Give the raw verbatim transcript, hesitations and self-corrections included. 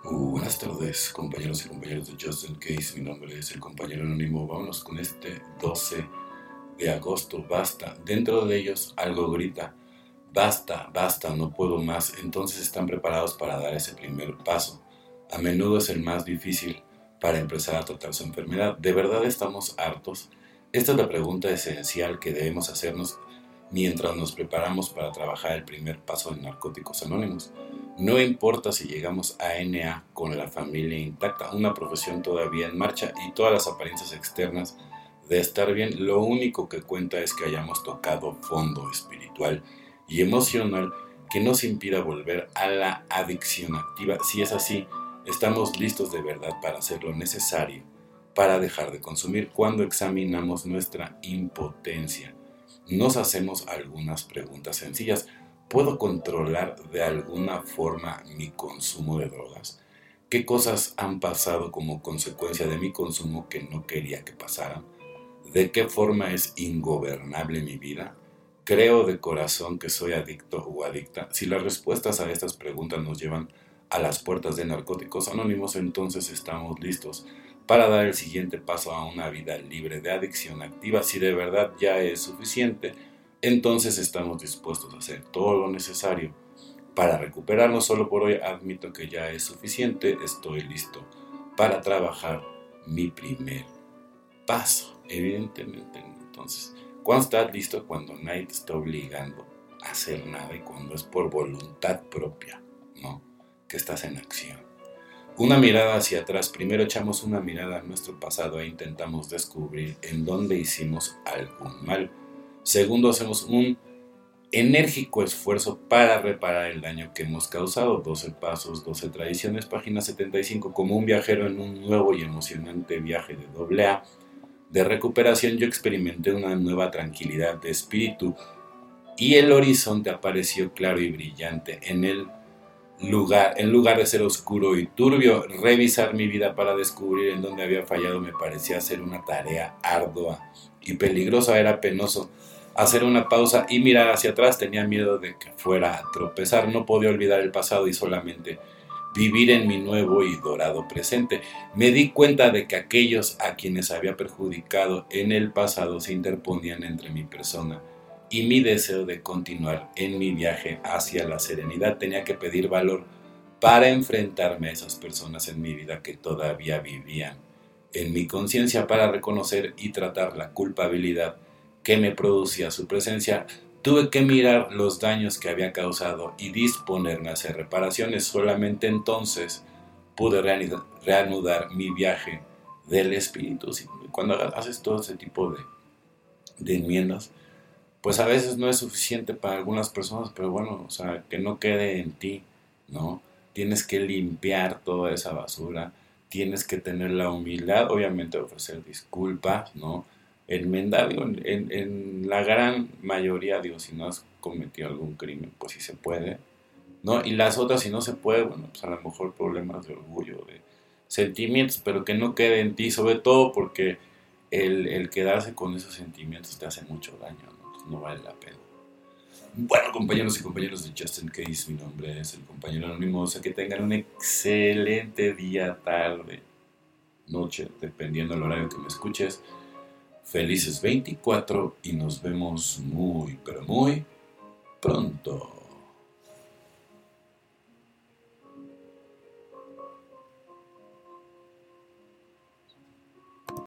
Uh, buenas tardes, compañeros y compañeras de Just In Case. Mi nombre es el compañero anónimo. Vámonos con este doce de agosto. Basta. Dentro de ellos algo grita. Basta, basta, no puedo más. Entonces están preparados para dar ese primer paso. A menudo es el más difícil para empezar a tratar su enfermedad. ¿De verdad estamos hartos? Esta es la pregunta esencial que debemos hacernos mientras nos preparamos para trabajar el primer paso de Narcóticos Anónimos. No importa si llegamos a N A con la familia intacta, una profesión todavía en marcha y todas las apariencias externas de estar bien, lo único que cuenta es que hayamos tocado fondo espiritual y emocional que nos impida volver a la adicción activa. Si es así, estamos listos de verdad para hacer lo necesario para dejar de consumir. Cuando examinamos nuestra impotencia, nos hacemos algunas preguntas sencillas. ¿Puedo controlar de alguna forma mi consumo de drogas? ¿Qué cosas han pasado como consecuencia de mi consumo que no quería que pasaran? ¿De qué forma es ingobernable mi vida? ¿Creo de corazón que soy adicto o adicta? Si las respuestas a estas preguntas nos llevan a las puertas de Narcóticos Anónimos, entonces estamos listos para dar el siguiente paso a una vida libre de adicción activa. Si de verdad ya es suficiente, entonces estamos dispuestos a hacer todo lo necesario para recuperarnos. Solo por hoy admito que ya es suficiente. Estoy listo para trabajar mi primer paso. Evidentemente, entonces, ¿cuándo estás listo? Cuando nadie te está obligando a hacer nada y cuando es por voluntad propia, ¿no? Que estás en acción. Una mirada hacia atrás. Primero echamos una mirada a nuestro pasado e intentamos descubrir en dónde hicimos algún mal. Segundo, hacemos un enérgico esfuerzo para reparar el daño que hemos causado. doce pasos, doce tradiciones, página setenta y cinco. Como un viajero en un nuevo y emocionante viaje de doble A de recuperación, yo experimenté una nueva tranquilidad de espíritu y el horizonte apareció claro y brillante. En el lugar, en lugar de ser oscuro y turbio, revisar mi vida para descubrir en dónde había fallado me parecía ser una tarea ardua y peligrosa. Era penoso hacer una pausa y mirar hacia atrás. Tenía miedo de que fuera a tropezar. No podía olvidar el pasado y solamente vivir en mi nuevo y dorado presente. Me di cuenta de que aquellos a quienes había perjudicado en el pasado se interponían entre mi persona y mi deseo de continuar en mi viaje hacia la serenidad. Tenía que pedir valor para enfrentarme a esas personas en mi vida que todavía vivían en mi conciencia, para reconocer y tratar la culpabilidad que me producía su presencia. Tuve que mirar los daños que había causado y disponerme a hacer reparaciones. Solamente entonces pude reanudar mi viaje del espíritu. Cuando haces todo ese tipo de, de enmiendas, pues a veces no es suficiente para algunas personas, pero bueno, o sea, que no quede en ti, ¿no? Tienes que limpiar toda esa basura, tienes que tener la humildad, obviamente, de ofrecer disculpas, ¿no? Enmendar, digo, en, en, en la gran mayoría, digo, si no has cometido algún crimen, pues sí se puede, ¿no? Y las otras, si no se puede, bueno, pues a lo mejor problemas de orgullo, de sentimientos, pero que no quede en ti, sobre todo porque el, el quedarse con esos sentimientos te hace mucho daño, ¿no? No vale la pena. Bueno, compañeros y compañeras de Just In Case, mi nombre es el compañero anónimo. O sea, que tengan un excelente día, tarde, noche, dependiendo del horario que me escuches. Felices veinticuatro y nos vemos muy, pero muy pronto.